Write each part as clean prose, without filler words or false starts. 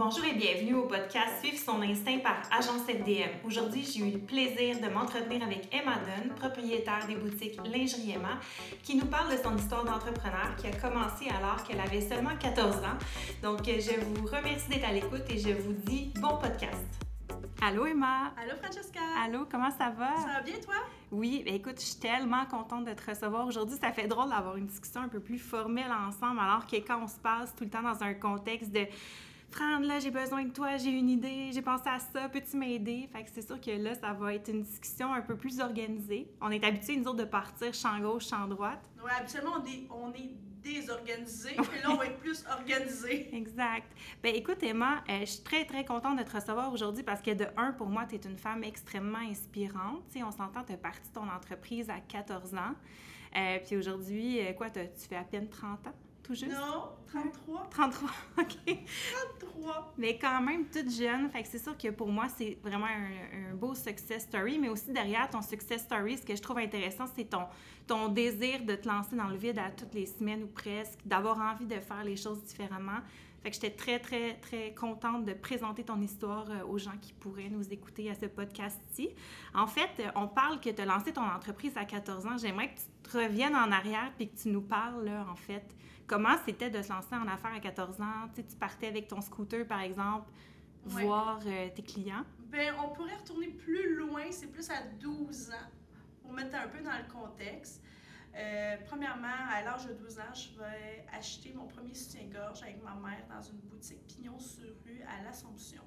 Bonjour et bienvenue au podcast Suivre son instinct par Agence FDM. Aujourd'hui, j'ai eu le plaisir de m'entretenir avec Emma Dunn, propriétaire des boutiques Lingerie Emma, qui nous parle de son histoire d'entrepreneur qui a commencé alors qu'elle avait seulement 14 ans. Donc, je vous remercie d'être à l'écoute et je vous dis bon podcast. Allô Emma! Allô Francesca! Allô, comment ça va? Ça va bien toi? Oui, bien écoute, je suis tellement contente de te recevoir aujourd'hui. Ça fait drôle d'avoir une discussion un peu plus formelle ensemble, alors que quand on se passe tout le temps dans un contexte de Fran, là, j'ai besoin de toi, j'ai une idée, j'ai pensé à ça, peux-tu m'aider? Fait que c'est sûr que là, ça va être une discussion un peu plus organisée. On est habitués, nous autres, de partir champ gauche, champ droite. Oui, habituellement, on est désorganisé, mais là, on va être plus organisé. Exact. Bien, écoute, Emma, je suis très, très contente de te recevoir aujourd'hui parce que, de un, pour moi, tu es une femme extrêmement inspirante. Tu sais, on s'entend, tu as parti de ton entreprise à 14 ans. Puis aujourd'hui, tu fais à peine 30 ans? Tout juste? Non, 33. 33, OK. 33. Mais quand même toute jeune, fait que c'est sûr que pour moi, c'est vraiment un beau success story, mais aussi derrière ton success story, ce que je trouve intéressant, c'est ton désir de te lancer dans le vide à toutes les semaines ou presque, d'avoir envie de faire les choses différemment. Fait que j'étais très, très, très contente de présenter ton histoire aux gens qui pourraient nous écouter à ce podcast-ci. En fait, on parle que tu as lancé ton entreprise à 14 ans. J'aimerais que tu te reviennes en arrière puis que tu nous parles, là, en fait, comment c'était de se lancer en affaires à 14 ans? Tu sais, tu partais avec ton scooter, par exemple, voir tes clients. Bien, on pourrait retourner plus loin, c'est plus à 12 ans, pour mettre un peu dans le contexte. Premièrement, à l'âge de 12 ans, je vais acheter mon premier soutien-gorge avec ma mère dans une boutique Pignon-sur-Rue à l'Assomption.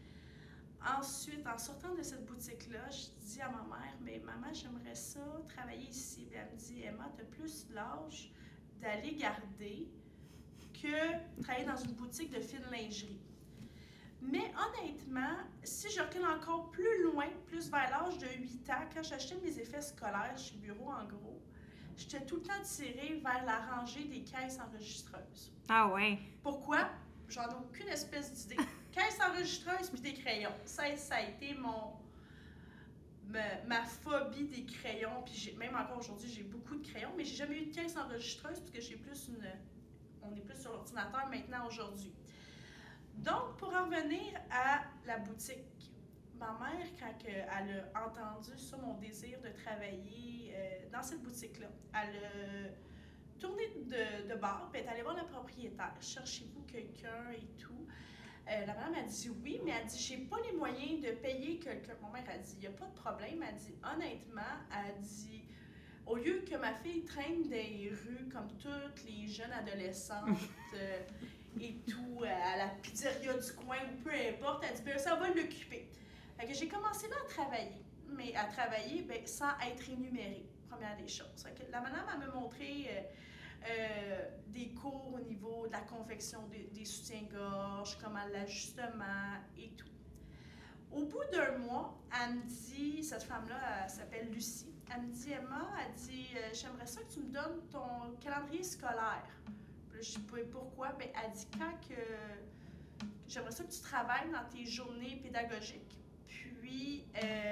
Ensuite, en sortant de cette boutique-là, je dis à ma mère, mais maman, j'aimerais ça travailler ici. Puis elle me dit, Emma, tu as plus l'âge d'aller garder que travailler dans une boutique de fine lingerie. Mais honnêtement, si je recule encore plus loin, plus vers l'âge de 8 ans, quand j'achetais mes effets scolaires chez Bureau en gros, j'étais tout le temps tirée vers la rangée des caisses enregistreuses. Ah ouais? Pourquoi? J'en ai aucune espèce d'idée. Caisses enregistreuses puis des crayons. Ça a été ma phobie des crayons. Puis même encore aujourd'hui, j'ai beaucoup de crayons, mais j'ai jamais eu de caisse enregistreuse parce que on est plus sur l'ordinateur maintenant aujourd'hui. Donc, pour en venir à la boutique, ma mère, quand elle a entendu ça, mon désir de travailler dans cette boutique-là, elle a tourné de bar, puis elle est allée voir la propriétaire. Cherchez-vous quelqu'un et tout. La madame a dit oui, mais elle dit j'ai pas les moyens de payer quelqu'un. Ma mère a dit il n'y a pas de problème. Elle dit honnêtement, elle dit au lieu que ma fille traîne des rues comme toutes les jeunes adolescentes et tout, à la pizzeria du coin ou peu importe, elle dit ben, ça va l'occuper. Fait que j'ai commencé là à travailler, mais à travailler ben, sans être rémunérée, première des choses. Fait que la madame elle m'a montré des cours au niveau de la confection des soutiens-gorge, comment l'ajustement et tout. Au bout d'un mois, elle me dit, cette femme-là, elle s'appelle Lucie, elle me dit, Emma, elle dit, j'aimerais ça que tu me donnes ton calendrier scolaire. Puis je dis, pourquoi? Bien, elle dit, j'aimerais ça que tu travailles dans tes journées pédagogiques. Puis,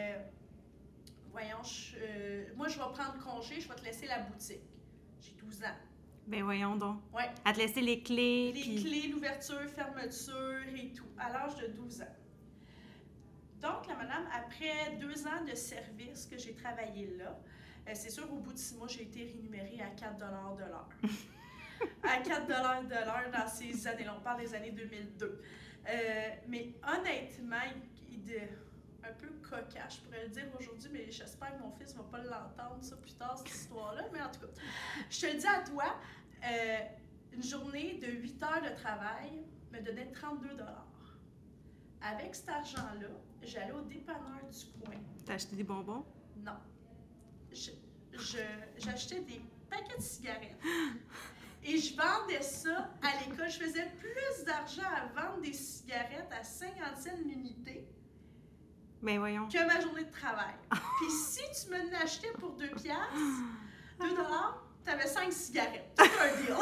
moi, je vais prendre congé, je vais te laisser la boutique. J'ai 12 ans. Ben voyons donc. Ouais. À te laisser les clés. Clés, l'ouverture, fermeture et tout, à l'âge de 12 ans. Donc, la madame, après 2 ans de service que j'ai travaillé là, c'est sûr, au bout de 6 mois, j'ai été rémunérée à 4 $ de l'heure. À 4 $ de l'heure dans ces années-là. On parle des années 2002. Mais honnêtement, un peu cocasse, je pourrais le dire aujourd'hui, mais j'espère que mon fils ne va pas l'entendre ça plus tard, cette histoire-là. Mais en tout cas, je te le dis à toi, une journée de 8 heures de travail me donnait 32 $. Avec cet argent-là, j'allais au dépanneur du coin. T'as acheté des bonbons? Non. J'achetais des paquets de cigarettes. Et je vendais ça à l'école. Je faisais plus d'argent à vendre des cigarettes à 50 cents l'unité ben voyons. Que ma journée de travail. Puis si tu me l'achetais pour 2 $, t'avais 5 cigarettes. C'est un deal.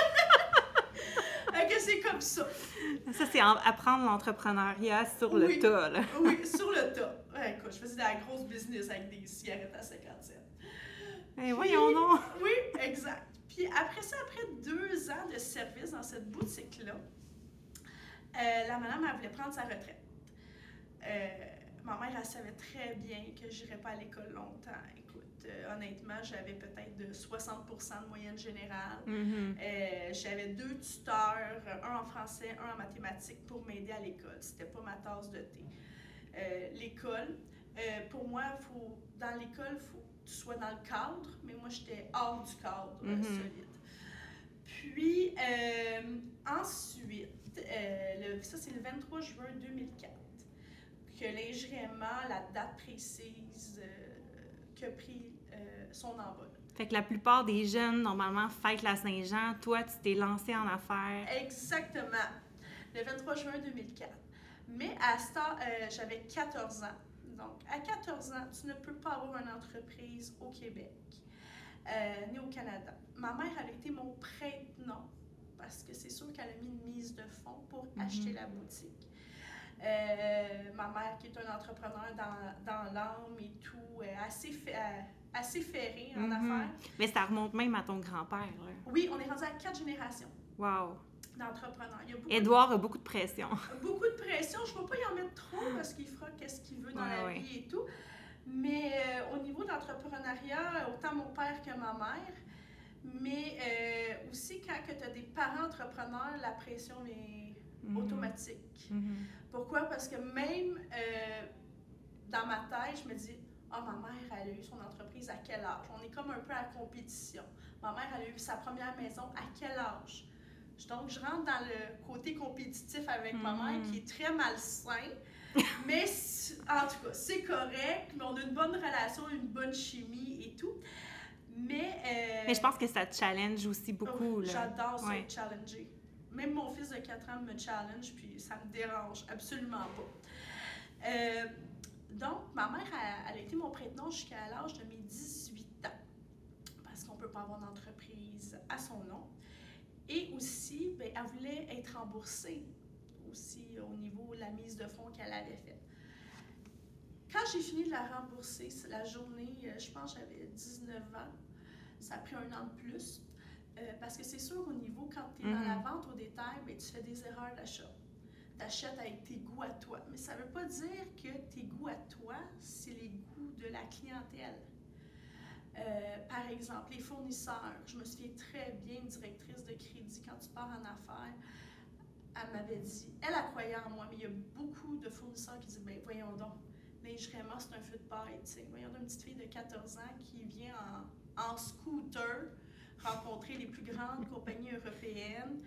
Que c'est comme ça. Ça, c'est apprendre l'entrepreneuriat sur le tas, là. Oui, sur le tas. Ouais, écoute, je faisais de la grosse business avec des cigarettes à 50 cents. Ben voyons donc. Oui, exact. Puis après ça, après 2 ans de service dans cette boutique-là, La madame, elle voulait prendre sa retraite. Ma mère, elle savait très bien que je n'irais pas à l'école longtemps. Écoute, honnêtement, j'avais peut-être de 60% de moyenne générale. J'avais 2 tuteurs, un en français, un en mathématiques, pour m'aider à l'école. C'était pas ma tasse de thé. L'école, pour moi, dans l'école, il faut que tu sois dans le cadre, mais moi, j'étais hors du cadre solide. Puis, ensuite, ça, c'est le 23 juin 2004 que l'ingéniement, la date précise, qui a pris son envol. Fait que la plupart des jeunes, normalement, fêtent la Saint-Jean. Toi, tu t'es lancé en affaires. Exactement. Le 23 juin 2004. Mais à ce temps, j'avais 14 ans. Donc, à 14 ans, tu ne peux pas avoir une entreprise au Québec, ni au Canada. Ma mère, elle a été mon prête-nom, parce que c'est sûr qu'elle a mis une mise de fonds pour acheter la boutique. Ma mère, qui est un entrepreneur dans l'âme et tout, assez ferrée en affaires. Mais ça remonte même à ton grand-père, là. Oui, on est rendu à 4 générations. Wow! D'entrepreneurs. Édouard a beaucoup de pression. Beaucoup de pression. Je ne vais pas y en mettre trop parce qu'il fera qu'est-ce qu'il veut dans la vie et tout. Mais au niveau de l'entrepreneuriat, autant mon père que ma mère, mais aussi quand tu as des parents entrepreneurs, la pression est automatique. Pourquoi? Parce que même dans ma tête, je me dis, ma mère, elle a eu son entreprise à quel âge? On est comme un peu à compétition. Ma mère, elle a eu sa première maison à quel âge? Donc, je rentre dans le côté compétitif avec ma mère qui est très malsain. Mais en tout cas, c'est correct. Mais on a une bonne relation, une bonne chimie et tout. Mais je pense que ça te challenge aussi beaucoup. J'adore ça, challenger. Même mon fils de 4 ans me challenge, puis ça me dérange absolument pas. Donc, ma mère, elle a été mon prête-nom jusqu'à l'âge de mes 18 ans. Parce qu'on ne peut pas avoir d'entreprise à son nom. Et aussi, elle voulait être remboursée aussi au niveau de la mise de fonds qu'elle avait faite. Quand j'ai fini de la rembourser, la journée, je pense que j'avais 19 ans, ça a pris 1 an de plus, parce que c'est sûr, au niveau, quand tu es dans la vente au détail, tu fais des erreurs d'achat. Tu achètes avec tes goûts à toi. Mais ça ne veut pas dire que tes goûts à toi, c'est les goûts de la clientèle. Par exemple, les fournisseurs. Je me souviens très bien, une directrice de crédit, quand tu pars en affaires, elle m'avait dit, elle croyait en moi, mais il y a beaucoup de fournisseurs qui disent, voyons donc, lingerie-moi, c'est un feu de paille, tu sais. Voyons donc, une petite fille de 14 ans qui vient en scooter rencontrer les plus grandes compagnies européennes.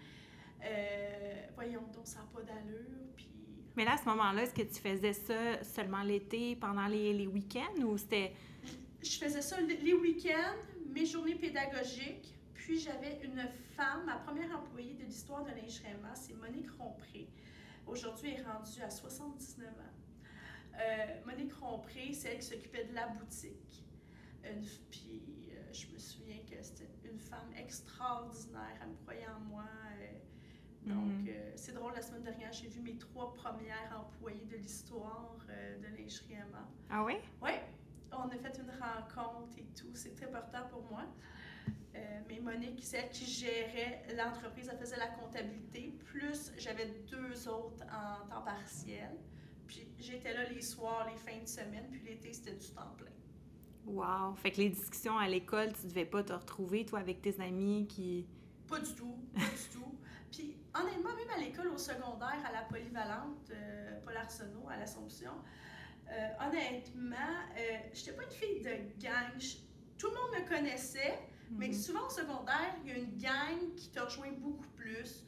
Voyons donc, ça n'a pas d'allure, puis... Mais là, à ce moment-là, est-ce que tu faisais ça seulement l'été, pendant les week-ends, ou c'était... Je faisais ça les week-ends, mes journées pédagogiques, puis j'avais une femme, ma première employée de l'histoire de lingerie-moi, c'est Monique Rompré. Aujourd'hui, elle est rendue à 79 ans. Monique Rompré, c'est elle qui s'occupait de la boutique. Puis je me souviens que c'était une femme extraordinaire, elle me croyait en moi. Donc, c'est drôle, la semaine dernière, j'ai vu mes 3 premières employées de l'histoire de lingerie-moi. Ah oui? Oui. On a fait une rencontre et tout. C'est très important pour moi. Mais Monique, c'est elle qui gérait l'entreprise. Elle faisait la comptabilité. Plus, j'avais 2 autres en temps partiel. Puis, j'étais là les soirs, les fins de semaine. Puis, l'été, c'était du temps plein. Wow! Fait que les discussions à l'école, tu devais pas te retrouver, toi, avec tes amis qui... Pas du tout. Pas du tout. Puis, honnêtement, même à l'école, au secondaire, à la polyvalente, Paul Arsenault, à l'Assomption, honnêtement, je n'étais pas une fille de gang. Tout le monde me connaissait, mais souvent au secondaire, il y a une gang qui te rejoint beaucoup plus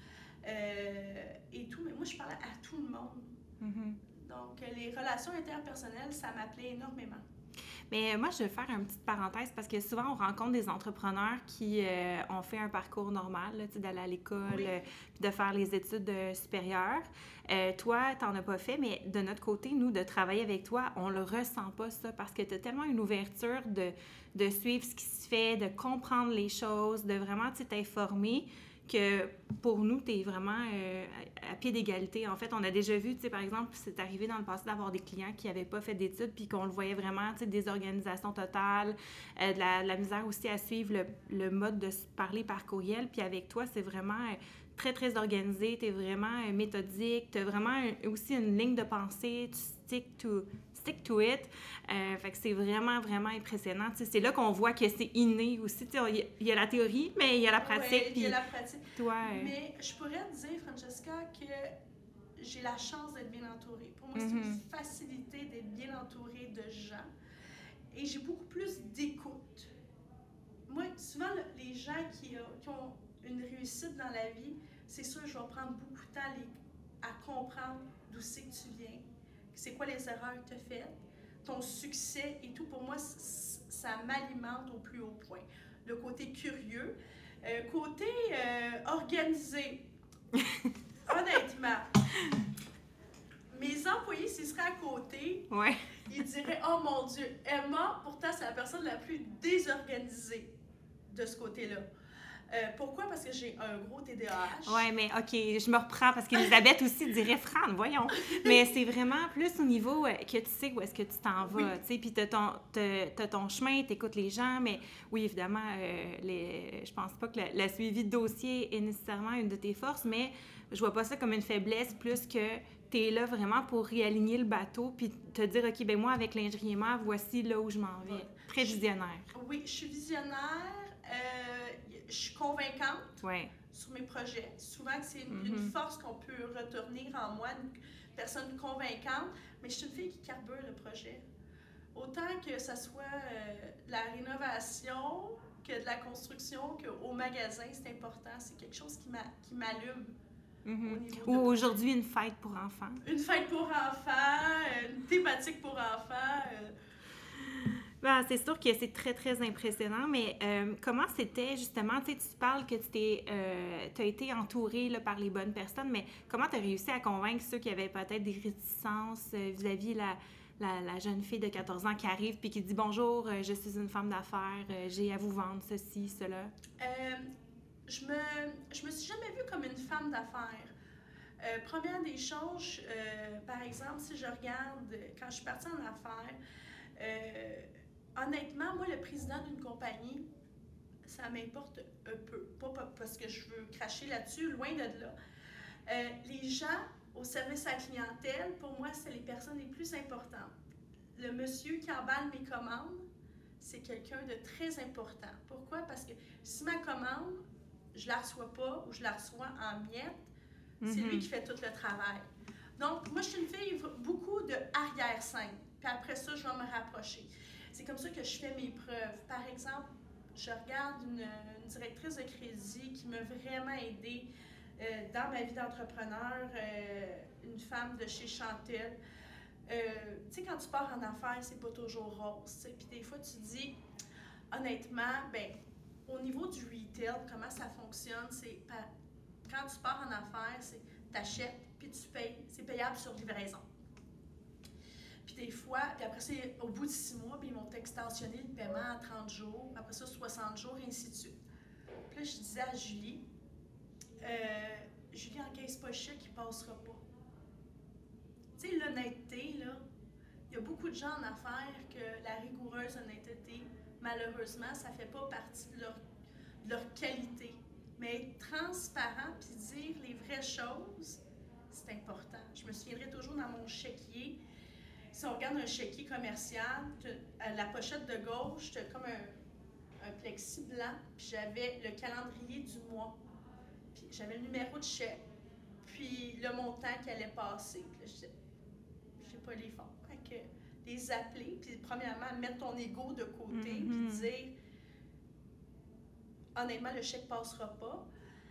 et tout. Mais moi, je parlais à tout le monde. Donc, les relations interpersonnelles, ça m'appelait énormément. Mais moi, je vais faire une petite parenthèse parce que souvent, on rencontre des entrepreneurs qui ont fait un parcours normal, là, d'aller à l'école, puis de faire les études supérieures. Toi, tu n'en as pas fait, mais de notre côté, nous, de travailler avec toi, on le ressent pas, ça, parce que tu as tellement une ouverture de suivre ce qui se fait, de comprendre les choses, de vraiment t'informer, que pour nous, tu es vraiment à pied d'égalité. En fait, on a déjà vu, par exemple, c'est arrivé dans le passé d'avoir des clients qui n'avaient pas fait d'études puis qu'on le voyait vraiment, des organisations totales, de la misère aussi à suivre le mode de se parler par courriel. Puis avec toi, c'est vraiment, très, très organisé, tu es vraiment méthodique, tu as vraiment aussi une ligne de pensée, tu stick to it. Fait que c'est vraiment, vraiment impressionnant. Tu sais, c'est là qu'on voit que c'est inné aussi. Tu sais, il y a la théorie, mais il y a la pratique. Oui, il y a la pratique. Toi, Mais je pourrais te dire, Francesca, que j'ai la chance d'être bien entourée. Pour moi, c'est une facilité d'être bien entourée de gens. Et j'ai beaucoup plus d'écoute. Moi, souvent, les gens qui ont une réussite dans la vie, c'est sûr, je vais prendre beaucoup de temps à comprendre d'où c'est que tu viens, c'est quoi les erreurs que tu as faites, ton succès et tout. Pour moi, ça m'alimente au plus haut point. Le côté curieux. Côté organisé, honnêtement, mes employés, s'ils seraient à côté, ils diraient « Oh mon Dieu, Emma, pourtant, c'est la personne la plus désorganisée de ce côté-là. » Pourquoi? Parce que j'ai un gros TDAH. Oui, mais OK, je me reprends parce qu'Elisabeth aussi dirait « Fran, voyons! » Mais c'est vraiment plus au niveau que tu sais où est-ce que tu t'en vas, tu sais, puis t'as ton chemin, t'écoutes les gens, mais oui, évidemment, je pense pas que le suivi de dossier est nécessairement une de tes forces, mais je vois pas ça comme une faiblesse, plus que tu es là vraiment pour réaligner le bateau puis te dire, OK, ben moi, avec l'ingénierie, voici là où je m'en vais. Très visionnaire. Oui, je suis visionnaire. Je suis convaincante sur mes projets. Souvent, c'est une force qu'on peut retenir en moi, une personne convaincante, mais je suis une fille qui carbure le projet. Autant que ce soit de la rénovation, que de la construction, qu'au magasin, c'est important. C'est quelque chose qui m'allume. Ou aujourd'hui, une fête pour enfants. Une fête pour enfants, une thématique pour enfants. Ben, c'est sûr que c'est très, très impressionnant, mais comment c'était justement, tu sais, tu parles que tu as été entourée là, par les bonnes personnes, mais comment tu as réussi à convaincre ceux qui avaient peut-être des réticences vis-à-vis la jeune fille de 14 ans qui arrive puis qui dit « Bonjour, je suis une femme d'affaires, j'ai à vous vendre ceci, cela ». Je me suis jamais vue comme une femme d'affaires. Première des choses, par exemple, si je regarde, quand je suis partie en affaires, honnêtement, moi, le président d'une compagnie, ça m'importe un peu. Pas parce que je veux cracher là-dessus, loin de là. Les gens au service à la clientèle, pour moi, c'est les personnes les plus importantes. Le monsieur qui emballe mes commandes, c'est quelqu'un de très important. Pourquoi? Parce que si ma commande, je la reçois pas ou je la reçois en miettes, c'est lui qui fait tout le travail. Donc, moi, je suis une fille beaucoup de arrière-scène. Puis après ça, je vais me rapprocher. C'est comme ça que je fais mes preuves. Par exemple, je regarde une directrice de crédit qui m'a vraiment aidée dans ma vie d'entrepreneur, une femme de chez Chantel. Tu sais, quand tu pars en affaires, c'est pas toujours rose. Puis des fois, tu dis, honnêtement, ben, au niveau du retail, comment ça fonctionne, c'est quand tu pars en affaires, c'est t'achètes, puis tu payes. C'est payable sur livraison. Puis des fois, puis après, c'est au bout de 6 mois, puis ils vont extensionner le paiement à 30 jours, après ça, 60 jours, et ainsi de suite. Puis là, je disais à Julie, Julie, encaisse pas le chèque, il passera pas. Tu sais, l'honnêteté, là, il y a beaucoup de gens en affaires que la rigoureuse honnêteté, malheureusement, ça fait pas partie de leur qualité. Mais être transparent puis dire les vraies choses, c'est important. Je me souviendrai toujours dans mon chéquier. Si on regarde un chéquier commercial, à la pochette de gauche, tu as comme un plexi blanc, puis j'avais le calendrier du mois. Puis j'avais le numéro de chèque, puis le montant qui allait passer. Puis là, je disais, j'ai pas les fonds. Fait que les appeler, puis premièrement, mettre ton ego de côté, puis dire, honnêtement, le chèque passera pas.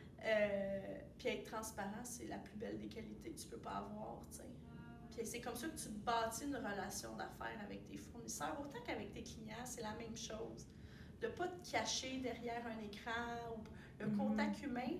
Puis être transparent, c'est la plus belle des qualités que tu peux pas avoir, tu sais. Puis c'est comme ça que tu bâtis une relation d'affaires avec tes fournisseurs, autant qu'avec tes clients, c'est la même chose. De ne pas te cacher derrière un écran ou le contact humain,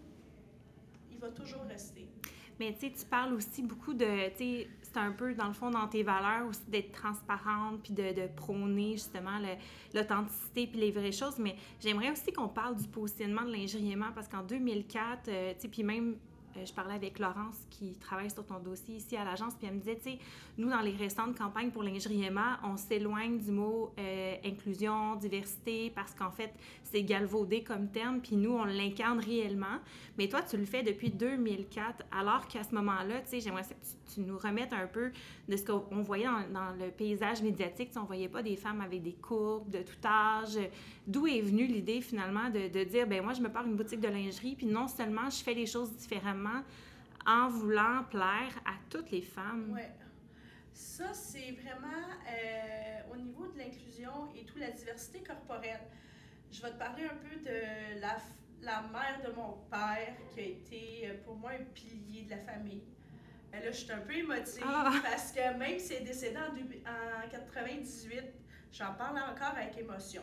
il va toujours rester. Mais tu sais, tu parles aussi beaucoup de, tu sais, c'est un peu dans le fond dans tes valeurs aussi d'être transparente puis de prôner justement l'authenticité puis les vraies choses. Mais j'aimerais aussi qu'on parle du positionnement de l'ingénierie parce qu'en 2004, tu sais, puis même je parlais avec Laurence qui travaille sur ton dossier ici à l'agence, puis elle me disait, tu sais, nous, dans les récentes campagnes pour lingerie Emma, on s'éloigne du mot inclusion, diversité, parce qu'en fait, c'est galvaudé comme terme, puis nous, on l'incarne réellement. Mais toi, tu le fais depuis 2004, alors qu'à ce moment-là, tu sais, j'aimerais que tu nous remettes un peu de ce qu'on voyait dans le paysage médiatique. Tu sais, on voyait pas des femmes avec des courbes de tout âge. D'où est venue l'idée, finalement, de dire, ben moi, je me pars une boutique de lingerie, puis non seulement je fais les choses différemment en voulant plaire à toutes les femmes. Oui. Ça, c'est vraiment au niveau de l'inclusion et tout, la diversité corporelle. Je vais te parler un peu de la mère de mon père, qui a été pour moi un pilier de la famille. Là, je suis un peu émotive parce que même si elle est décédée en 98, j'en parle encore avec émotion.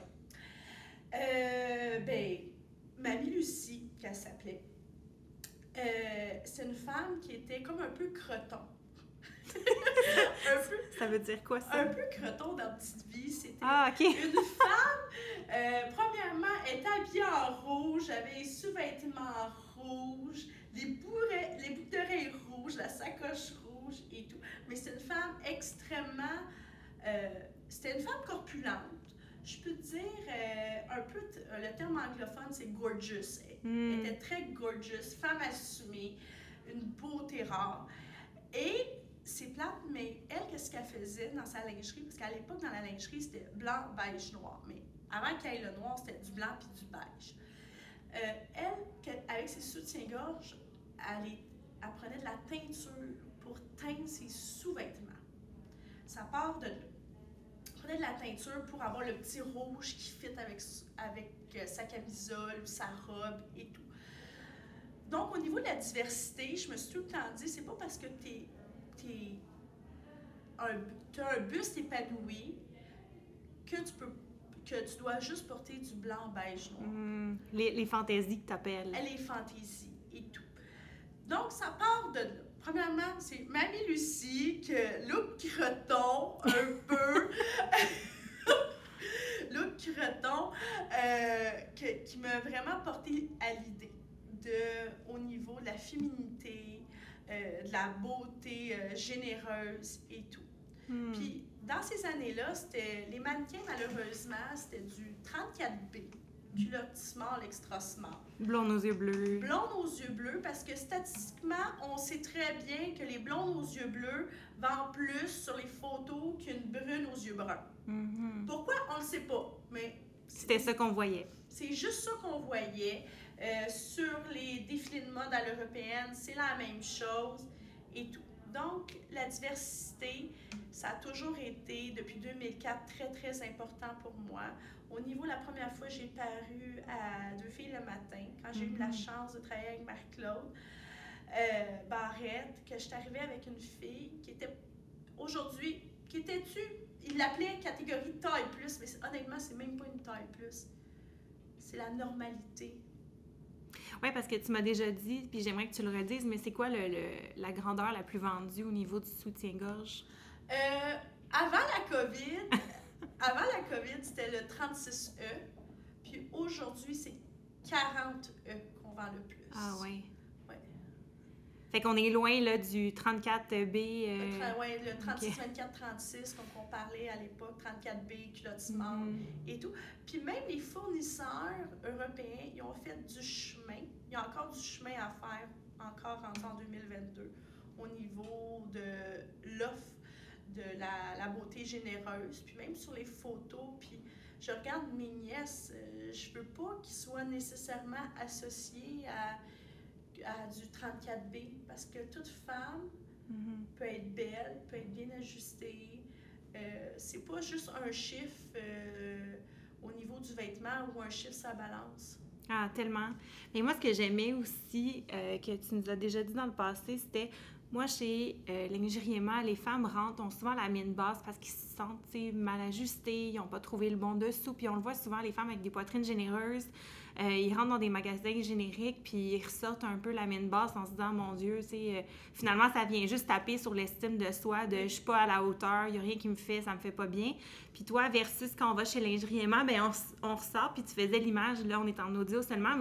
Mamie Lucie, qu'elle s'appelait, c'est une femme qui était comme un peu croton. Ça veut dire quoi, ça? Un peu croton dans Petite Vie. C'était une femme, premièrement, elle était habillée en rouge, avait les sous-vêtements rouges, les boucles d'oreilles rouges, la sacoche rouge et tout. Mais c'est une femme extrêmement... c'était une femme corpulente. Je peux te dire, un peu, le terme anglophone, c'est gorgeous. Elle était très gorgeous, femme assumée, une beauté rare. Et c'est plate, mais elle, qu'est-ce qu'elle faisait dans sa lingerie? Parce qu'à l'époque, dans la lingerie, c'était blanc, beige, noir. Mais avant qu'il y ait le noir, c'était du blanc puis du beige. Elle, avec ses soutiens-gorge, elle prenait de la teinture pour teindre ses sous-vêtements. Ça part de là. Elle prenait de la teinture pour avoir le petit rouge qui fit avec sa camisole, sa robe et tout. Donc, au niveau de la diversité, je me suis tout le temps dit, c'est pas parce que t'as un buste épanoui que tu dois juste porter du blanc, beige, noir. Les fantaisies que t'appelles. Les fantaisies et tout. Donc, ça part de là. Premièrement, c'est Mamie Lucie, look croton, un peu. Look croton, qui m'a vraiment porté à l'idée au niveau de la féminité, de la beauté généreuse et tout. Puis, dans ces années-là, les mannequins, malheureusement, c'était du 34B, culotte small, extra small. Blonde aux yeux bleus. Blonde aux yeux bleus, parce que statistiquement, on sait très bien que les blondes aux yeux bleus vendent plus sur les photos qu'une brune aux yeux bruns. Pourquoi? On ne le sait pas, mais... C'était ça qu'on voyait. C'est juste ça qu'on voyait. Sur les défilés de mode à l'européenne, c'est la même chose et tout. Donc, la diversité, ça a toujours été, depuis 2004, très, très important pour moi. Au niveau, la première fois, j'ai paru à Deux filles le matin, quand j'ai eu la chance de travailler avec Marie-Claude Barrette, que je suis arrivée avec une fille qui était, aujourd'hui, il l'appelait catégorie taille plus, mais honnêtement, c'est même pas une taille plus. C'est la normalité. Oui, parce que tu m'as déjà dit, puis j'aimerais que tu le redises, mais c'est quoi la grandeur la plus vendue au niveau du soutien-gorge? Avant la COVID, c'était le 36E, puis aujourd'hui, c'est 40E qu'on vend le plus. Ah oui. Ouais. Fait qu'on est loin là, du 34B. Le 36, okay. 24, 36, comme on parlait à l'époque, 34B, culotte small et tout. Puis même les fournisseurs européens, ils ont fait du chemin. Il y a encore du chemin à faire, encore en 2022, au niveau de l'offre de la beauté généreuse. Puis même sur les photos, puis je regarde mes nièces, je veux pas qu'ils soient nécessairement associés à du 34B, parce que toute femme peut être belle, peut être bien ajustée. C'est pas juste un chiffre au niveau du vêtement ou un chiffre sur la balance. Ah, tellement. Mais moi, ce que j'aimais aussi, que tu nous as déjà dit dans le passé, c'était, moi, chez Lingerie Emma, les femmes rentrent, ont souvent la mine basse parce qu'ils se sentent mal ajustés, ils n'ont pas trouvé le bon dessous, puis on le voit souvent, les femmes avec des poitrines généreuses, ils rentrent dans des magasins génériques, puis ils ressortent un peu la mine basse en se disant, mon Dieu, finalement, ça vient juste taper sur l'estime de soi, de je suis pas à la hauteur, il n'y a rien qui me fait, ça me fait pas bien. Puis toi, versus quand on va chez Lingerie Emma, ben on ressort, puis tu faisais l'image, là, on est en audio seulement, mais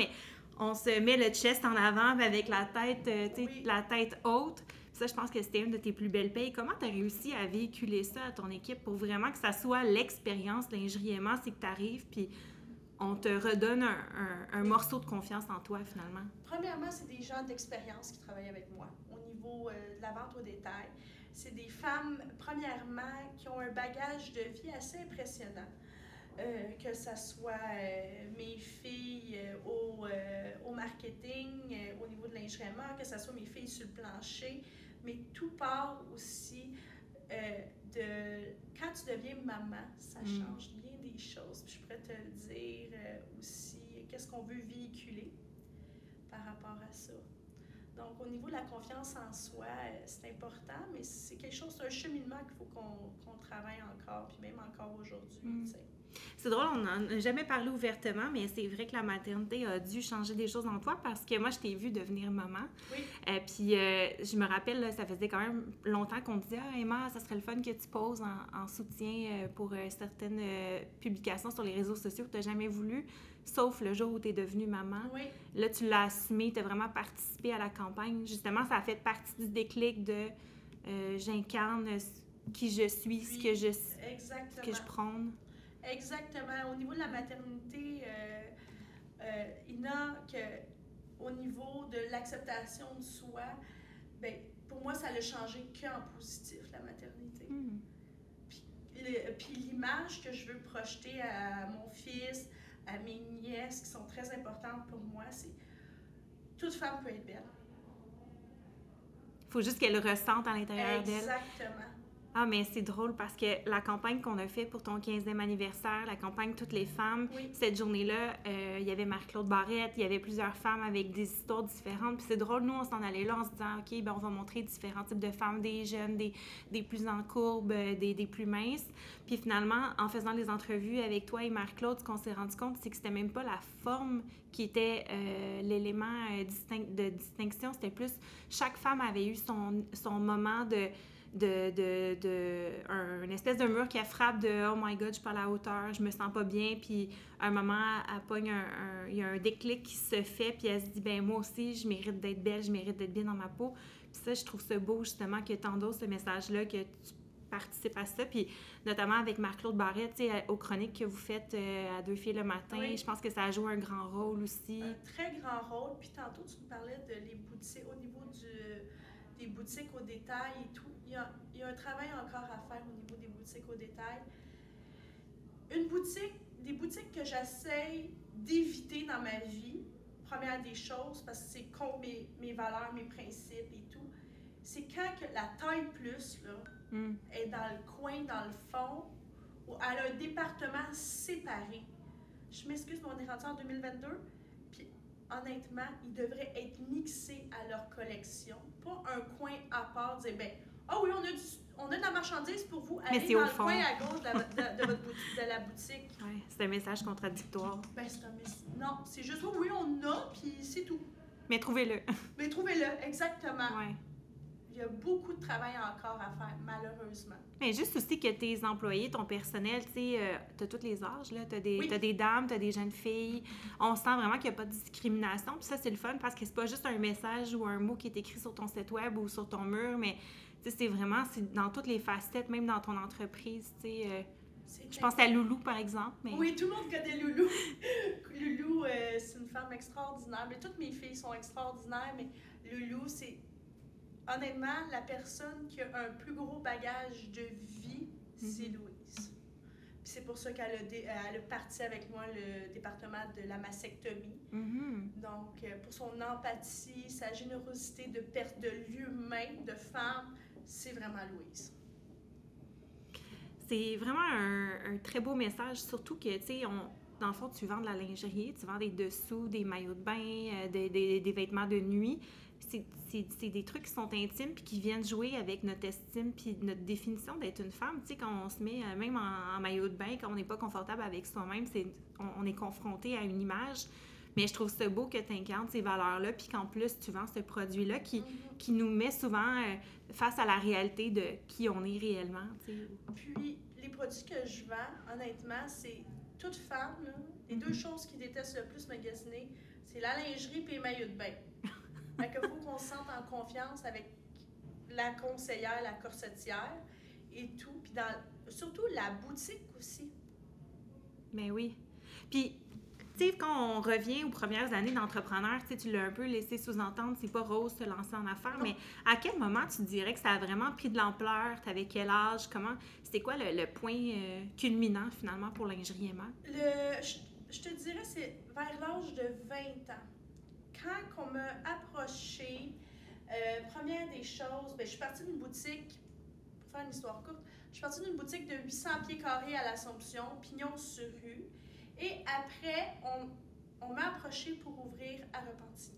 on se met le chest en avant avec la tête, Oui. la tête haute. Ça, je pense que c'était une de tes plus belles payes. Comment tu as réussi à véhiculer ça à ton équipe pour vraiment que ça soit l'expérience, l'injury aimant, c'est que tu arrives, puis on te redonne un morceau de confiance en toi, finalement? Premièrement, c'est des gens d'expérience qui travaillent avec moi au niveau de la vente au détail. C'est des femmes, premièrement, qui ont un bagage de vie assez impressionnant. Que ce soit mes filles au marketing, au niveau de l'ingénierie, que ce soit mes filles sur le plancher, mais tout part aussi de quand tu deviens maman, ça change bien des choses. Puis je pourrais te le dire aussi, qu'est-ce qu'on veut véhiculer par rapport à ça. Donc, au niveau de la confiance en soi, c'est important, mais c'est quelque chose, c'est un cheminement qu'il faut qu'on travaille encore, puis même encore aujourd'hui. C'est drôle, on n'en a jamais parlé ouvertement, mais c'est vrai que la maternité a dû changer des choses en toi parce que moi, je t'ai vue devenir maman. Oui. Puis je me rappelle, là, ça faisait quand même longtemps qu'on disait « Ah, Emma, ça serait le fun que tu poses en soutien pour certaines publications sur les réseaux sociaux que tu n'as jamais voulu, sauf le jour où tu es devenue maman. » Oui. Là, tu l'as assumé, tu as vraiment participé à la campagne. Justement, ça a fait partie du déclic de j'incarne qui je suis, Puis, ce que je prône. Exactement. Au niveau de la maternité, Ina, au niveau de l'acceptation de soi, ben, pour moi, ça l'a changé qu'en positif, la maternité. Puis l'image que je veux projeter à mon fils, à mes nièces, qui sont très importantes pour moi, c'est toute femme peut être belle. Il faut juste qu'elle le ressente à l'intérieur d'elle. Exactement. Ah, mais c'est drôle parce que la campagne qu'on a fait pour ton 15e anniversaire, la campagne Toutes les femmes, cette journée-là, il y avait Marc-Claude Barrette, il y avait plusieurs femmes avec des histoires différentes. Puis c'est drôle, nous, on s'en allait là en se disant, OK, ben on va montrer différents types de femmes, des jeunes, des plus en courbe, des plus minces. Puis finalement, en faisant les entrevues avec toi et Marc-Claude, ce qu'on s'est rendu compte, c'est que c'était même pas la forme qui était l'élément de distinction. C'était plus, chaque femme avait eu son moment une espèce de mur qui frappe de « Oh my God, je suis pas à la hauteur, je me sens pas bien », puis à un moment, elle pogne il y a un déclic qui se fait, puis elle se dit « Ben moi aussi, je mérite d'être belle, je mérite d'être bien dans ma peau ». Puis ça, je trouve ça beau, justement, que t'endosses ce message-là, que tu participes à ça, puis notamment avec Marc-Claude Barrette, tu sais, aux chroniques que vous faites à Deux filles le matin, je pense que ça a joué un grand rôle aussi. Un très grand rôle, puis tantôt, tu me parlais de les boutiques, au niveau des boutiques au détail et tout. Il y a un travail encore à faire au niveau des boutiques au détail. Des boutiques que j'essaye d'éviter dans ma vie, première des choses, parce que c'est contre mes valeurs, mes principes et tout, c'est quand que la taille plus là, est dans le coin, dans le fond, où elle a un département séparé. Je m'excuse, mais on est rendu en 2022, puis honnêtement, ils devraient être mixés à leur collection, pas un coin à part, dire ben, ah oui, on a de la marchandise pour vous, allez dans le coin à gauche de la boutique. Oui, c'est un message contradictoire. Ben, non, c'est juste oui, on a, puis c'est tout. Mais trouvez-le. Mais trouvez-le, exactement. Ouais. Il y a beaucoup de travail encore à faire, malheureusement. Mais juste aussi que tes employés, ton personnel, tu sais, t'as tous les âges, là. T'as des dames, t'as des jeunes filles. On sent vraiment qu'il n'y a pas de discrimination. Puis ça, c'est le fun parce que c'est pas juste un message ou un mot qui est écrit sur ton site web ou sur ton mur, mais c'est vraiment dans toutes les facettes, même dans ton entreprise, tu sais. Je pense à Loulou, par exemple. Mais... Oui, tout le monde connaît Loulou. Loulou, c'est une femme extraordinaire. Mais toutes mes filles sont extraordinaires, mais Loulou, c'est honnêtement la personne qui a un plus gros bagage de vie, c'est Louise. Puis c'est pour ça qu'elle a parti avec moi le département de la mastectomie. Donc, pour son empathie, sa générosité de perte de l'humain, de femme, c'est vraiment Louise. C'est vraiment un très beau message, surtout que, tu sais, dans le fond, tu vends de la lingerie, tu vends des dessous, des maillots de bain, des vêtements de nuit. C'est des trucs qui sont intimes puis qui viennent jouer avec notre estime puis notre définition d'être une femme. Tu sais, quand on se met même en maillot de bain, quand on n'est pas confortable avec soi-même, on est confronté à une image. Mais je trouve ça beau que tu incarnes ces valeurs-là puis qu'en plus, tu vends ce produit-là qui nous met souvent face à la réalité de qui on est réellement. Tu sais. Puis, les produits que je vends, honnêtement, c'est toute femme, là, les deux choses qu'ils détestent le plus magasiner, c'est la lingerie puis les maillots de bain. Fait qu'il faut qu'on se sente en confiance avec la conseillère, la corsetière et tout. Puis surtout la boutique aussi. Mais oui. Puis, tu sais, quand on revient aux premières années d'entrepreneur, tu sais, tu l'as un peu laissé sous-entendre, c'est pas rose se lancer en affaires, mais à quel moment tu dirais que ça a vraiment pris de l'ampleur? T'avais quel âge? C'était quoi le point culminant, finalement, pour Lingerie Emma? Je te dirais, c'est vers l'âge de 20 ans. Quand on m'a approché, première des choses, je suis partie d'une boutique, pour faire une histoire courte, je suis partie d'une boutique de 800 pieds carrés à l'Assomption, Pignon-sur-Rue. Et après, on m'a approché pour ouvrir à Repentigny.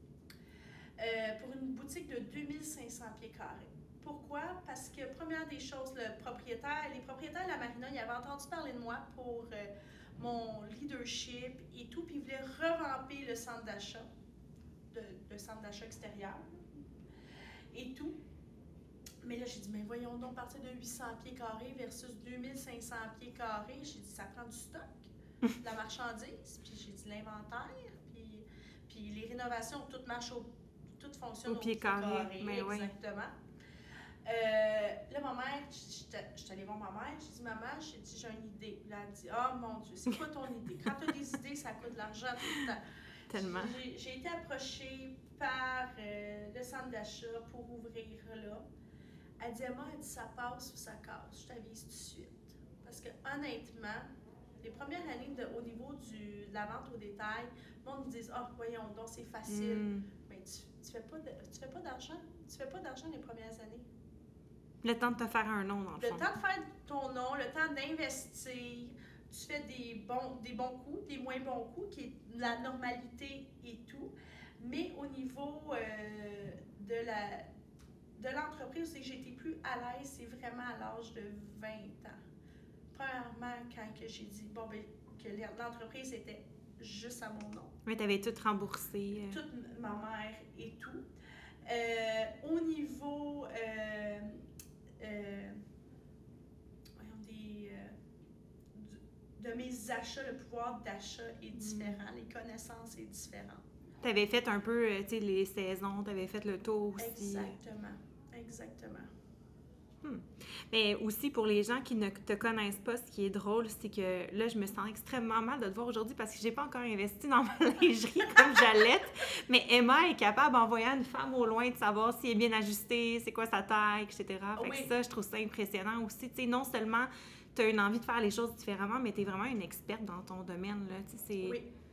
Pour une boutique de 2500 pieds carrés. Pourquoi? Parce que, première des choses, les propriétaires de la marina, ils avaient entendu parler de moi pour mon leadership et tout, puis ils voulaient revamper le centre d'achat, le centre d'achat extérieur et tout. Mais là, j'ai dit, mais voyons donc, partir de 800 pieds carrés versus 2500 pieds carrés, j'ai dit, ça prend du stock, de la marchandise, puis j'ai dit l'inventaire, puis les rénovations, tout fonctionne au pied carré. Mais exactement. Là, ma mère, je suis allée voir ma mère, j'ai dit, maman, j'ai une idée. Là, elle dit, oh mon Dieu, c'est quoi ton idée? Quand tu as des idées, ça coûte de l'argent tout le temps. Tellement. J'ai été approchée par le centre d'achat pour ouvrir là. Elle dit, Emma, ça passe ou ça casse. Je t'avise tout de suite. Parce que honnêtement, les premières années au niveau de la vente au détail, le monde me dit, voyons donc, c'est facile. Mais tu fais pas d'argent. Tu fais pas d'argent les premières années. Le temps de te faire un nom, dans le fond. Le temps de faire ton nom, le temps d'investir. Tu fais des bons coups, des moins bons coups, qui est la normalité et tout. Mais au niveau de l'entreprise, c'est que j'ai été plus à l'aise, c'est vraiment à l'âge de 20 ans. Premièrement, quand que j'ai dit que l'entreprise était juste à mon nom. Mais tu avais tout remboursé. Toute ma mère et tout. Au niveau de mes achats, le pouvoir d'achat est différent, les connaissances sont différentes. Tu avais fait un peu, les saisons, tu avais fait le tour aussi. Exactement. Mais aussi, pour les gens qui ne te connaissent pas, ce qui est drôle, c'est que là, je me sens extrêmement mal de te voir aujourd'hui parce que j'ai pas encore investi dans ma lingerie comme j'allais. Mais Emma est capable, en voyant une femme au loin, de savoir si elle est bien ajustée, c'est quoi sa taille, etc. Fait que ça, je trouve ça impressionnant aussi. Tu sais, non seulement tu as une envie de faire les choses différemment, mais tu es vraiment une experte dans ton domaine, là. Tu sais,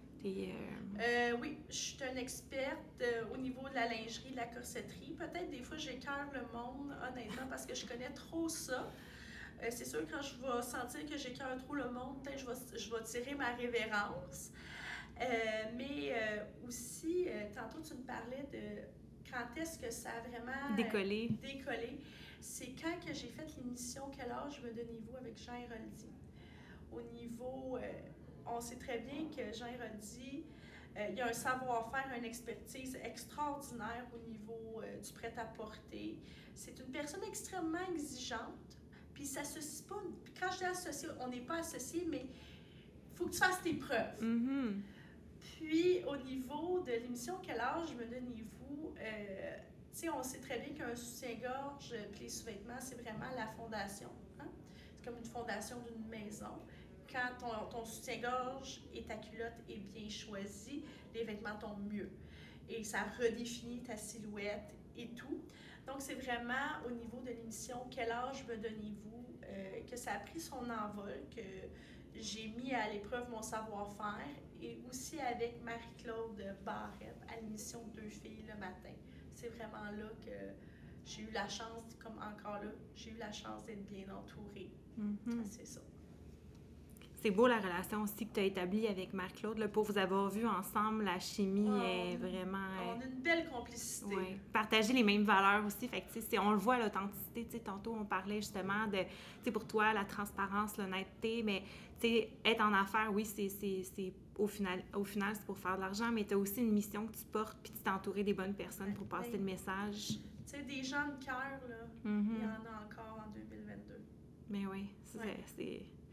oui, je suis une experte au niveau de la lingerie, de la corsetterie. Peut-être des fois, j'écœure le monde, honnêtement, parce que je connais trop ça. C'est sûr, quand je vais sentir que j'écœure trop le monde, peut-être je vais tirer ma révérence. Mais aussi, tantôt, tu me parlais de quand est-ce que ça a vraiment décollé. C'est quand que j'ai fait l'émission « Quel âge me donnez-vous » avec Jean Héroldi. Au niveau... on sait très bien que Jean Héroldi, il y a un savoir-faire, une expertise extraordinaire au niveau du prêt-à-porter. C'est une personne extrêmement exigeante, puis il ne s'associe pas. Puis quand je dis associé, on n'est pas associé, mais il faut que tu fasses tes preuves. Mm-hmm. Puis au niveau de l'émission « Quel âge me donnez-vous », on sait très bien qu'un soutien-gorge puis les sous-vêtements, c'est vraiment la fondation. Hein? C'est comme une fondation d'une maison. Quand ton soutien-gorge et ta culotte est bien choisie, les vêtements tombent mieux. Et ça redéfinit ta silhouette et tout. Donc, c'est vraiment au niveau de l'émission « Quel âge me donnez-vous » que ça a pris son envol, que j'ai mis à l'épreuve mon savoir-faire et aussi avec Marie-Claude Barrette à l'émission « Deux filles le matin ». C'est vraiment là que j'ai eu la chance, comme encore là, j'ai eu la chance d'être bien entourée. Mm-hmm. C'est ça. C'est beau la relation aussi que tu as établie avec Marie-Claude. Là, pour vous avoir vu ensemble, la chimie est vraiment... On a une belle complicité. Oui. Partager les mêmes valeurs aussi. Fait que, on le voit, l'authenticité. Tantôt, on parlait justement de, pour toi, la transparence, l'honnêteté. Mais être en affaires, oui, c'est au final, c'est pour faire de l'argent, mais tu as aussi une mission que tu portes puis tu t'es entouré des bonnes personnes pour passer le message. Tu sais, des gens de cœur, là, il y en a encore en 2022. Mais oui, c'est...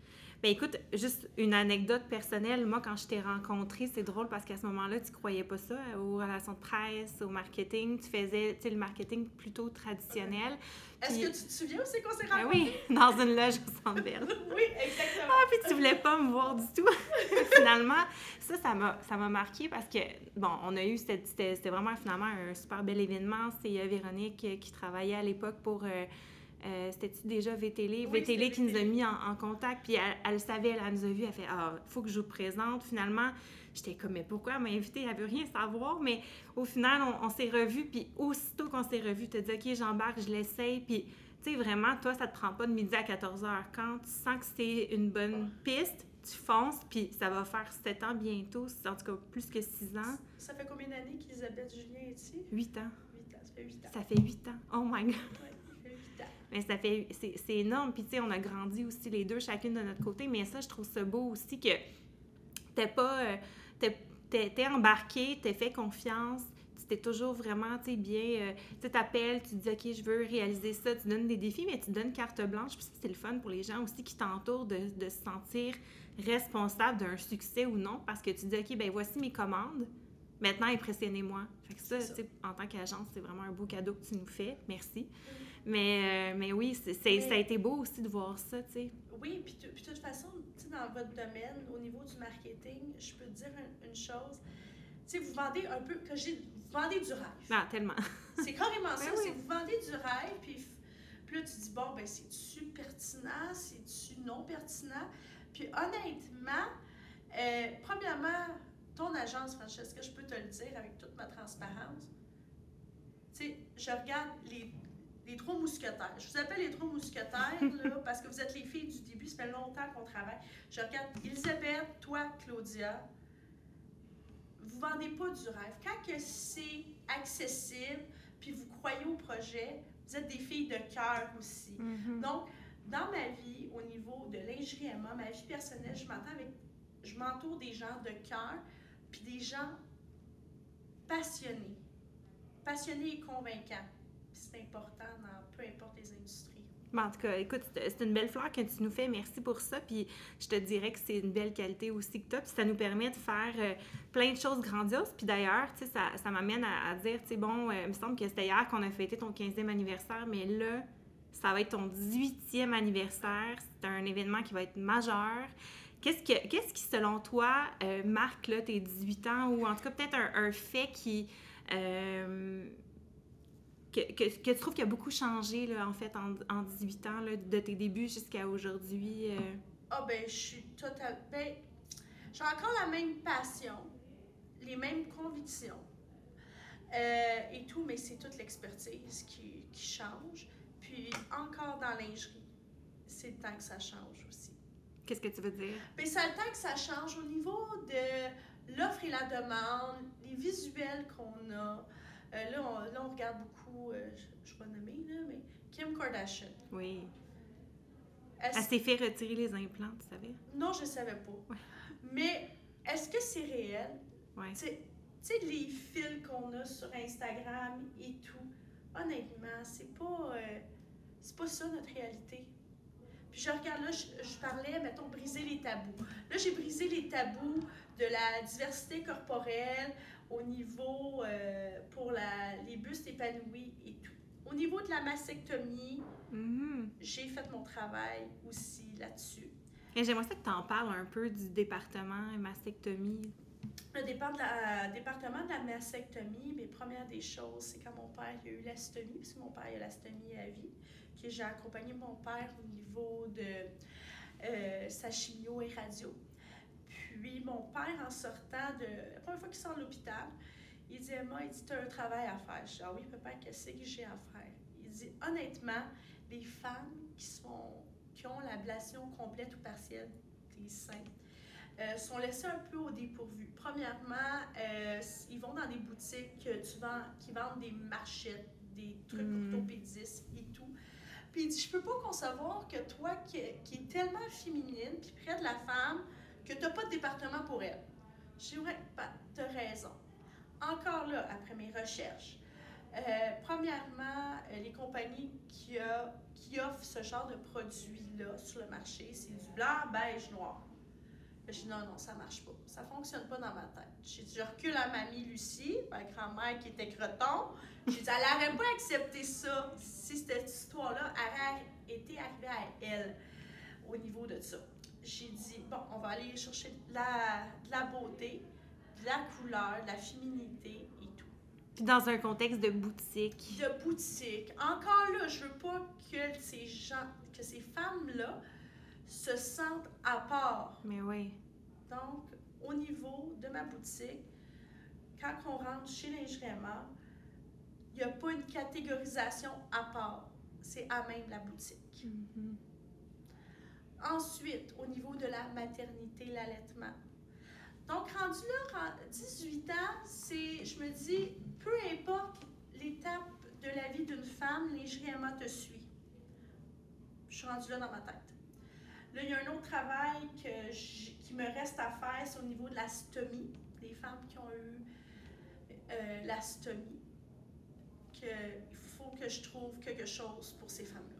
Ben écoute, juste une anecdote personnelle. Moi, quand je t'ai rencontrée, c'est drôle parce qu'à ce moment-là, tu croyais pas ça aux relations de presse, au marketing. Tu faisais, tu sais, le marketing plutôt traditionnel. Est-ce Puis, que tu te souviens où c'est qu'on s'est ben rencontrés? oui, dans une loge au Centre Bell. Oui, exactement. Ah, puis tu voulais pas me voir du tout. Finalement, ça m'a marqué parce que, bon, on a eu, c'était vraiment finalement un super bel événement. C'est Véronique qui travaillait à l'époque pour... c'était-tu déjà VTL? Oui, VTL qui c'était nous a mis en contact, puis elle savait, elle nous a vus, elle fait « Ah, il faut que je vous présente. » Finalement, j'étais comme « Mais pourquoi elle m'a invitée? Elle veut rien savoir. » Mais au final, on s'est revus, puis aussitôt qu'on s'est revus, tu as dit « OK, j'embarque, je l'essaye. » Puis, tu sais, vraiment, toi, ça te prend pas de midi à 14h. Quand tu sens que c'est une bonne piste, tu fonces, puis ça va faire 7 ans bientôt, en tout cas plus que 6 ans. Ça fait combien d'années qu'Elisabeth Julien est ici? 8 ans. 8 ans, ça fait 8 ans. Ça fait 8 ans. Oh my God! Oui, ça fait 8 ans. Mais c'est énorme. Puis, tu sais, on a grandi aussi les deux, chacune de notre côté. Mais ça, je trouve ça beau aussi que t'es embarqué, t'es fait confiance, tu t'es toujours vraiment, tu sais, bien... tu t'appelles, tu dis, OK, je veux réaliser ça, tu donnes des défis, mais tu donnes carte blanche. Puis ça, c'est le fun pour les gens aussi qui t'entourent de se sentir responsable d'un succès ou non. Parce que tu dis, OK, ben voici mes commandes. Maintenant, impressionnez-moi. Fait que ça, tu sais, en tant qu'agence, c'est vraiment un beau cadeau que tu nous fais. Merci. Mais oui, ça a été beau aussi de voir ça, tu sais. Oui, puis de toute façon, tu sais, dans votre domaine, au niveau du marketing, je peux te dire une chose. Tu sais, vous vendez un peu, vous vendez du rêve. Ah, tellement. C'est carrément ça, Ben oui. c'est que vous vendez du rêve, puis là, tu dis, bon, ben c'est-tu pertinent, c'est-tu non pertinent? Puis honnêtement, premièrement, ton agence, Francesca, je peux te le dire avec toute ma transparence, tu sais, je regarde les trois mousquetaires. Je vous appelle les trois mousquetaires, là, parce que vous êtes les filles du début, ça fait longtemps qu'on travaille. Je regarde Elisabeth, toi, Claudia, vous vendez pas du rêve. Quand que c'est accessible, puis vous croyez au projet, vous êtes des filles de cœur aussi. Mm-hmm. Donc, dans ma vie, au niveau de lingerie Emma, ma vie personnelle, je m'entoure des gens de cœur, puis des gens passionnés et convaincants. Puis c'est important dans peu importe les industries. En tout cas, écoute, c'est une belle fleur que tu nous fais. Merci pour ça. Puis je te dirais que c'est une belle qualité aussi que tu as. Puis ça nous permet de faire plein de choses grandioses. Puis d'ailleurs, tu sais, ça m'amène à dire, tu sais, bon, il me semble que c'était hier qu'on a fêté ton 15e anniversaire, mais là, ça va être ton 18e anniversaire. C'est un événement qui va être majeur. Qu'est-ce qui, selon toi, marque là, tes 18 ans ou en tout cas peut-être un fait qui... Que tu trouves qu'il a beaucoup changé, là, en fait, en 18 ans, là, de tes débuts jusqu'à aujourd'hui? Ah, ben, je suis totalement... Ben, j'ai encore la même passion, les mêmes convictions et tout, mais c'est toute l'expertise qui change. Puis, encore dans la lingerie, c'est le temps que ça change aussi. Qu'est-ce que tu veux dire? Bien, c'est le temps que ça change au niveau de l'offre et la demande, les visuels qu'on a. Là, on regarde beaucoup, je vais nommer, là, mais Kim Kardashian. Oui. Elle s'est fait retirer les implants, tu savais? Non, je ne savais pas. Ouais. Mais est-ce que c'est réel? Oui. Tu sais, les fils qu'on a sur Instagram et tout, honnêtement, c'est pas ça notre réalité. Puis je regarde, là, je parlais, mettons, briser les tabous. Là, j'ai brisé les tabous de la diversité corporelle au niveau pour les bustes épanouis et tout. Au niveau de la mastectomie, j'ai fait mon travail aussi là-dessus. Et j'aimerais ça que tu en parles un peu du département mastectomie. Le département de la mastectomie, mais première des choses, c'est quand mon père il a eu l'astomie, parce que mon père il a l'astomie à vie. J'ai accompagné mon père au niveau de sa chimio et radio. Puis mon père, en sortant la première fois qu'il sort de l'hôpital, il dit « Emma, il dit, tu as un travail à faire. » Je dis « Ah oui, papa, qu'est-ce que j'ai à faire? » Il dit « Honnêtement, les femmes qui ont l'ablation complète ou partielle des seins sont laissées un peu au dépourvu. Premièrement, ils vont dans des boutiques qui vendent des marchettes, des trucs orthopédistes et tout. Puis il dit, je peux pas concevoir que toi, qui est tellement féminine, puis près de la femme, que tu n'as pas de département pour elle. Je dis, ouais, tu as raison. Encore là, après mes recherches, Premièrement, les compagnies qui offrent ce genre de produits-là sur le marché, c'est du blanc, beige, noir. Je dis non, ça marche pas. Ça fonctionne pas dans ma tête. J'ai dit, je recule à mamie Lucie, ma grand-mère qui était creton. J'ai dit, elle n'aurait pas accepté ça si cette histoire-là avait été arrivée à elle au niveau de ça. J'ai dit, bon, on va aller chercher de la beauté, de la couleur, de la féminité et tout. Puis dans un contexte de boutique. De boutique. Encore là, je veux pas que ces femmes-là se sentent à part. Mais oui. Donc, au niveau de ma boutique, quand on rentre chez Lingerie Emma, il n'y a pas une catégorisation à part. C'est à même la boutique. Mm-hmm. Ensuite, au niveau de la maternité, l'allaitement. Donc, rendu là, 18 ans, je me dis, peu importe l'étape de la vie d'une femme, Lingerie Emma te suit. Je suis rendue là dans ma tête. Là, il y a un autre travail qui me reste à faire, c'est au niveau de la stomie. Les femmes qui ont eu la stomie, qu'il faut que je trouve quelque chose pour ces femmes-là.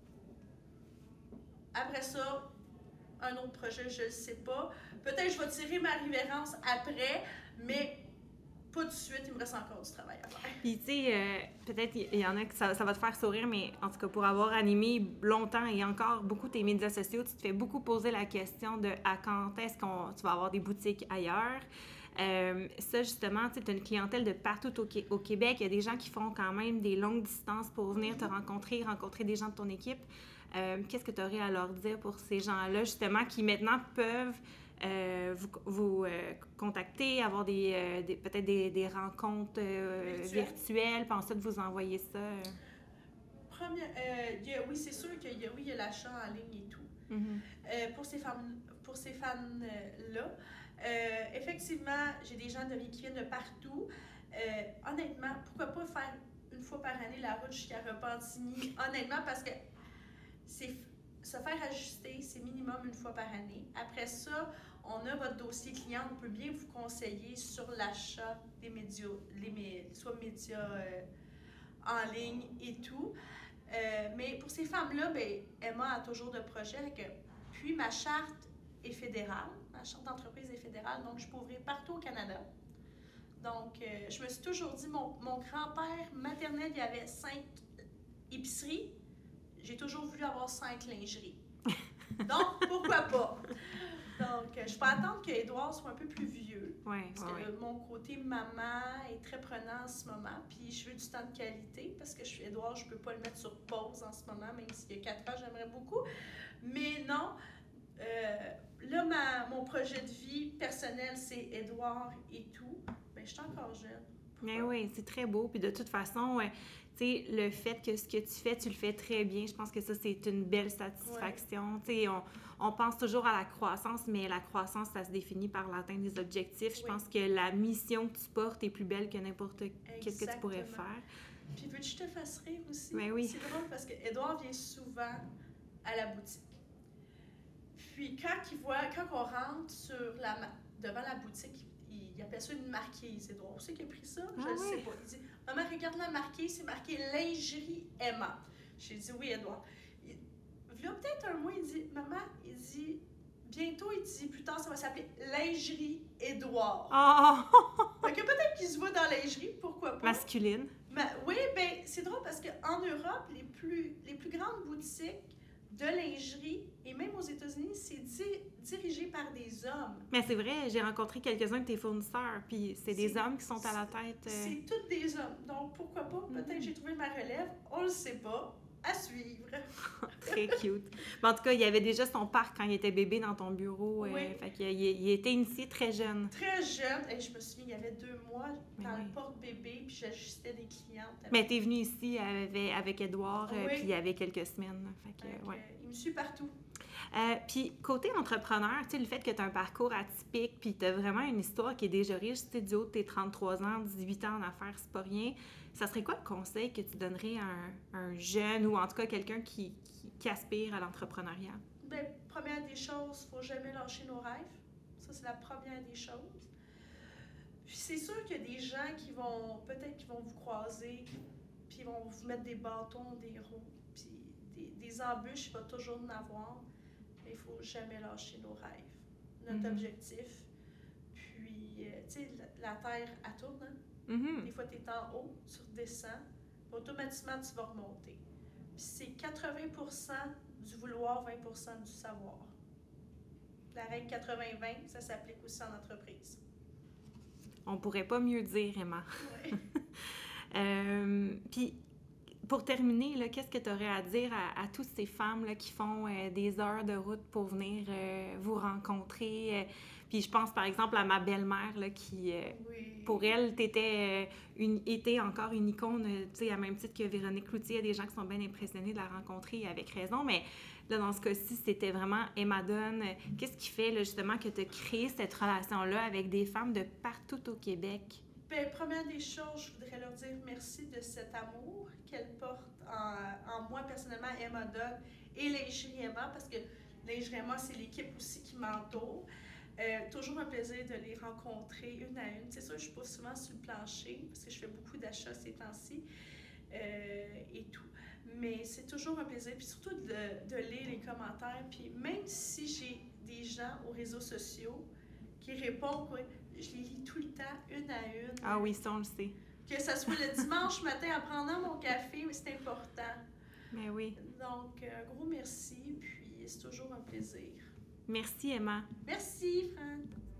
Après ça, un autre projet, je ne le sais pas. Peut-être que je vais tirer ma révérence après, mais pas tout de suite, il me reste encore du travail à faire. Puis, tu sais, peut-être il y en a que ça va te faire sourire, mais en tout cas, pour avoir animé longtemps et encore beaucoup tes médias sociaux, tu te fais beaucoup poser la question de à quand est-ce que tu vas avoir des boutiques ailleurs. Ça, justement, tu as une clientèle de partout au Québec. Il y a des gens qui font quand même des longues distances pour venir te rencontrer des gens de ton équipe. Qu'est-ce que tu aurais à leur dire pour ces gens-là, justement, qui maintenant peuvent vous contacter, avoir peut-être des rencontres virtuelles, puis ensuite vous envoyer ça? Oui, c'est sûr qu'il y a l'achat en ligne et tout. Mm-hmm. Pour ces femmes-là, effectivement, j'ai des gens qui viennent de partout. Honnêtement, pourquoi pas faire une fois par année la route jusqu'à Repentigny? Honnêtement, parce que se faire ajuster, c'est minimum une fois par année. Après ça, on a votre dossier client, on peut bien vous conseiller sur l'achat des médias, soit médias en ligne et tout. Mais pour ces femmes-là, Emma a toujours de projets. Puis ma charte est fédérale, ma charte d'entreprise est fédérale, donc je peux ouvrir partout au Canada. Donc, je me suis toujours dit, mon grand-père maternel, il y avait 5 épiceries. J'ai toujours voulu avoir 5 lingeries. Donc, pourquoi pas? Donc, je peux attendre qu'Édouard soit un peu plus vieux. Parce que mon côté maman est très prenant en ce moment. Puis, je veux du temps de qualité parce que Édouard, je ne peux pas le mettre sur pause en ce moment, même s'il y a 4 ans, j'aimerais beaucoup. Mais non, là, mon projet de vie personnel, c'est Édouard et tout. Mais je suis encore jeune. Mais oui, c'est très beau. Puis de toute façon, tu sais, le fait que ce que tu fais, tu le fais très bien, je pense que ça, c'est une belle satisfaction. Tu sais, on pense toujours à la croissance, mais la croissance, ça se définit par l'atteinte des objectifs. Je pense que la mission que tu portes est plus belle que n'importe qu'est-ce que tu pourrais faire. Puis veux-tu que je te fasse rire aussi? Mais oui. C'est drôle parce qu'Édouard vient souvent à la boutique. Puis quand on rentre devant la boutique, il appelle ça une marquise. C'est drôle. Où c'est qu'il a pris ça? Je ne sais pas. Il dit, maman, regarde la marquise, c'est marqué Lingerie Emma. J'ai dit, oui, Édouard. Il y a peut-être un mois, il dit, maman, bientôt, il dit, plus tard, ça va s'appeler Lingerie Édouard. Oh! Fait que peut-être qu'il se voit dans lingerie, pourquoi pas? Masculine. Oui, c'est drôle parce qu'en Europe, les plus grandes boutiques de lingerie, et même aux États-Unis, c'est dirigé par des hommes. Mais c'est vrai, j'ai rencontré quelques-uns de tes fournisseurs, puis c'est des hommes qui sont à la tête. C'est tous des hommes. Donc, pourquoi pas? Peut-être que j'ai trouvé ma relève. On le sait pas. À suivre. Très cute. Mais en tout cas, il y avait déjà son parc quand il était bébé dans ton bureau. Oui. Fait qu'il était initié très jeune. Très jeune. Et je me souviens, il y avait 2 mois dans le porte-bébé, puis j'ajustais des clientes. Mais t'es venue ici avec Édouard, puis il y avait quelques semaines. Fait que, il me suit partout. Puis, côté entrepreneur, tu sais, le fait que tu as un parcours atypique, puis tu as vraiment une histoire qui est déjà riche, tu sais, du haut de tes 33 ans, 18 ans en affaires, c'est pas rien. Ça serait quoi le conseil que tu donnerais à un jeune ou en tout cas quelqu'un qui aspire à l'entrepreneuriat? Bien, première des choses, il ne faut jamais lâcher nos rêves. Ça, c'est la première des choses. Puis c'est sûr qu'il y a des gens qui vont, peut-être qu'ils vont vous croiser, puis ils vont vous mettre des bâtons, des roues, puis des embûches, il va toujours en avoir. Mais il ne faut jamais lâcher nos rêves, notre objectif. Puis, tu sais, la Terre, elle tourne, hein? Des fois, tu es en haut, tu redescends, puis automatiquement, tu vas remonter. Puis c'est 80% du vouloir, 20% du savoir. La règle 80-20, ça s'applique aussi en entreprise. On pourrait pas mieux dire, Emma. Oui. Puis, pour terminer, là, qu'est-ce que tu aurais à dire à toutes ces femmes là, qui font des heures de route pour venir vous rencontrer? Puis je pense par exemple à ma belle-mère là, qui, pour elle, t'étais encore une icône, tu sais, à même titre que Véronique Cloutier. Il y a des gens qui sont bien impressionnés de la rencontrer avec raison, mais là, dans ce cas-ci, c'était vraiment Emma Dunn. Qu'est-ce qui fait là, justement que tu as créé cette relation-là avec des femmes de partout au Québec? Bien, première des choses, je voudrais leur dire merci de cet amour qu'elles portent en moi personnellement, Emma Dunn et Lingerie Emma, parce que Lingerie Emma, c'est l'équipe aussi qui m'entoure. Toujours un plaisir de les rencontrer une à une. C'est sûr, je ne suis pas souvent sur le plancher, parce que je fais beaucoup d'achats ces temps-ci et tout. Mais c'est toujours un plaisir, puis surtout de lire les commentaires. Puis même si j'ai des gens aux réseaux sociaux qui répondent, quoi, je les lis tout le temps, une à une. Ah oui, ça, on le sait. Que ce soit le dimanche matin en prenant mon café, mais c'est important. Mais oui. Donc, un gros merci, puis c'est toujours un plaisir. Merci, Emma. Merci, Fran.